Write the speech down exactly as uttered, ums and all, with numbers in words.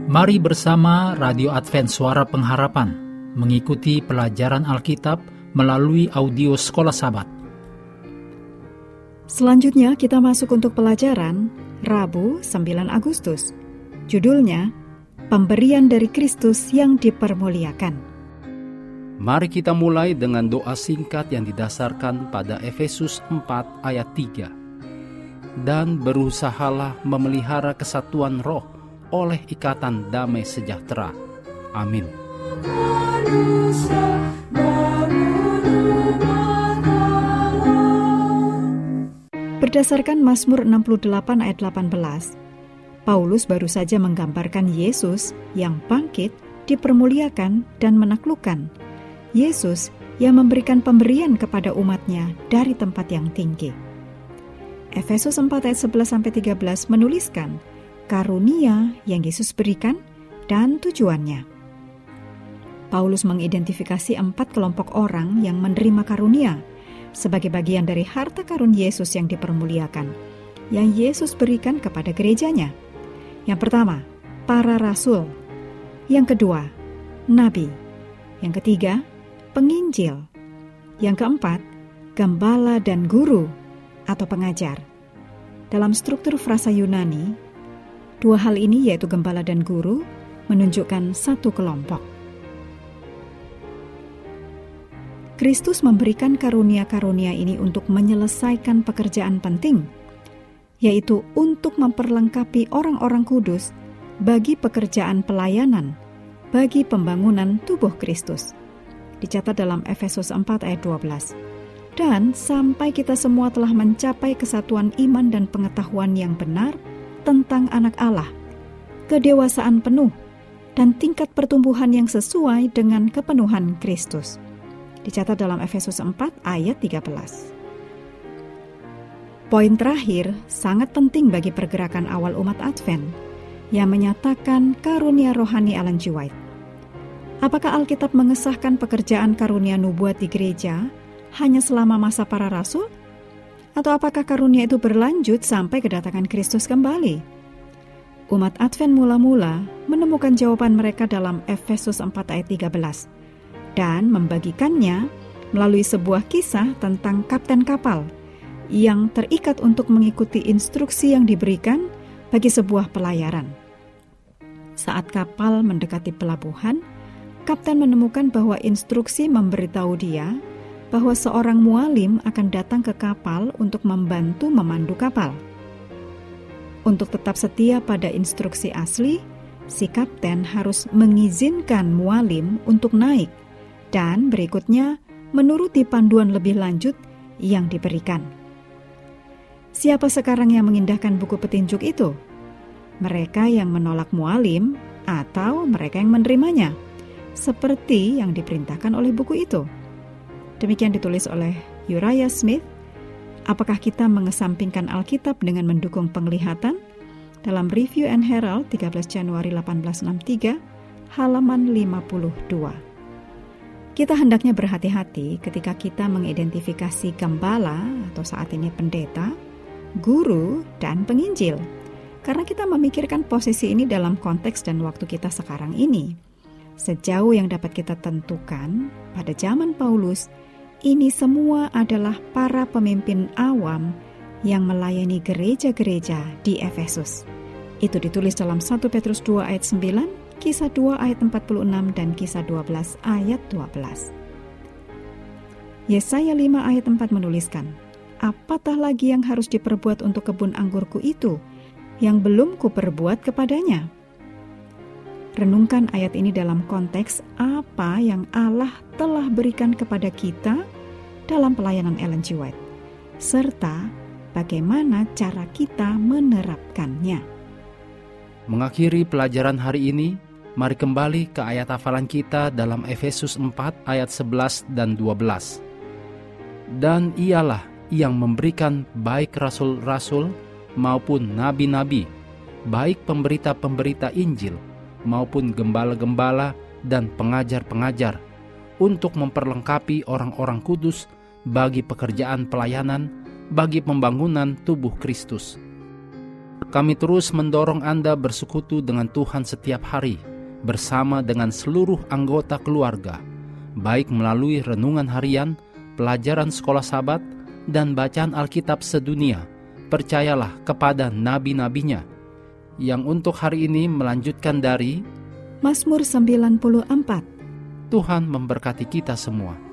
Mari bersama Radio Advent Suara Pengharapan mengikuti pelajaran Alkitab melalui audio Sekolah Sabat. Selanjutnya kita masuk untuk pelajaran Rabu sembilan Agustus. Judulnya, Pemberian dari Kristus yang dipermuliakan. Mari kita mulai dengan doa singkat yang didasarkan pada Efesus empat ayat tiga. Dan berusahalah memelihara kesatuan roh oleh ikatan damai sejahtera. Amin. Berdasarkan Mazmur enam puluh delapan ayat delapan belas, Paulus baru saja menggambarkan Yesus yang bangkit, dipermuliakan dan menaklukkan. Yesus yang memberikan pemberian kepada umatnya dari tempat yang tinggi. Efesus empat ayat sebelas sampai tiga belas menuliskan karunia yang Yesus berikan dan tujuannya. Paulus mengidentifikasi empat kelompok orang yang menerima karunia sebagai bagian dari harta karun Yesus yang dipermuliakan, yang Yesus berikan kepada gerejanya. Yang pertama, para rasul. Yang kedua, nabi. Yang ketiga, penginjil. Yang keempat, gembala dan guru atau pengajar. Dalam struktur frasa Yunani, dua hal ini yaitu gembala dan guru menunjukkan satu kelompok. Kristus memberikan karunia-karunia ini untuk menyelesaikan pekerjaan penting, yaitu untuk memperlengkapi orang-orang kudus bagi pekerjaan pelayanan, bagi pembangunan tubuh Kristus. Dicatat dalam Efesus empat ayat dua belas. Dan sampai kita semua telah mencapai kesatuan iman dan pengetahuan yang benar tentang anak Allah, kedewasaan penuh, dan tingkat pertumbuhan yang sesuai dengan kepenuhan Kristus. Dicatat dalam Efesus empat ayat tiga belas. Poin terakhir sangat penting bagi pergerakan awal umat Advent yang menyatakan karunia rohani Ellen G. White. Apakah Alkitab mengesahkan pekerjaan karunia nubuat di gereja hanya selama masa para rasul? Atau apakah karunia itu berlanjut sampai kedatangan Kristus kembali? Umat Advent mula-mula menemukan jawaban mereka dalam Efesus empat ayat tiga belas dan membagikannya melalui sebuah kisah tentang kapten kapal yang terikat untuk mengikuti instruksi yang diberikan bagi sebuah pelayaran. Saat kapal mendekati pelabuhan, kapten menemukan bahwa instruksi memberitahu dia bahwa seorang mualim akan datang ke kapal untuk membantu memandu kapal. Untuk tetap setia pada instruksi asli, si kapten harus mengizinkan mualim untuk naik dan berikutnya menuruti panduan lebih lanjut yang diberikan. Siapa sekarang yang mengindahkan buku petunjuk itu? Mereka yang menolak mualim atau mereka yang menerimanya, seperti yang diperintahkan oleh buku itu? Demikian ditulis oleh Uriah Smith. Apakah kita mengesampingkan Alkitab dengan mendukung penglihatan? Dalam Review and Herald tiga belas Januari delapan belas enam puluh tiga, halaman lima puluh dua. Kita hendaknya berhati-hati ketika kita mengidentifikasi gembala atau saat ini pendeta, guru, dan penginjil. Karena kita memikirkan posisi ini dalam konteks dan waktu kita sekarang ini. Sejauh yang dapat kita tentukan, pada zaman Paulus, ini semua adalah para pemimpin awam yang melayani gereja-gereja di Efesus. Itu ditulis dalam satu Petrus dua ayat sembilan, Kisah dua ayat empat puluh enam, dan Kisah dua belas ayat dua belas. Yesaya lima ayat empat menuliskan, apatah lagi yang harus diperbuat untuk kebun anggurku itu, yang belum kuperbuat kepadanya? Renungkan ayat ini dalam konteks apa yang Allah telah berikan kepada kita dalam pelayanan Ellen G. White, serta bagaimana cara kita menerapkannya. Mengakhiri pelajaran hari ini, mari kembali ke ayat hafalan kita dalam Efesus empat ayat sebelas dan dua belas. Dan ialah yang memberikan baik rasul-rasul maupun nabi-nabi, baik pemberita-pemberita Injil maupun gembala-gembala dan pengajar-pengajar, untuk memperlengkapi orang-orang kudus bagi pekerjaan pelayanan, bagi pembangunan tubuh Kristus. Kami terus mendorong Anda bersekutu dengan Tuhan setiap hari, bersama dengan seluruh anggota keluarga, baik melalui renungan harian, pelajaran sekolah Sabat, dan bacaan Alkitab sedunia. Percayalah kepada nabi-nabinya, yang untuk hari ini melanjutkan dari Mazmur sembilan puluh empat. Tuhan memberkati kita semua.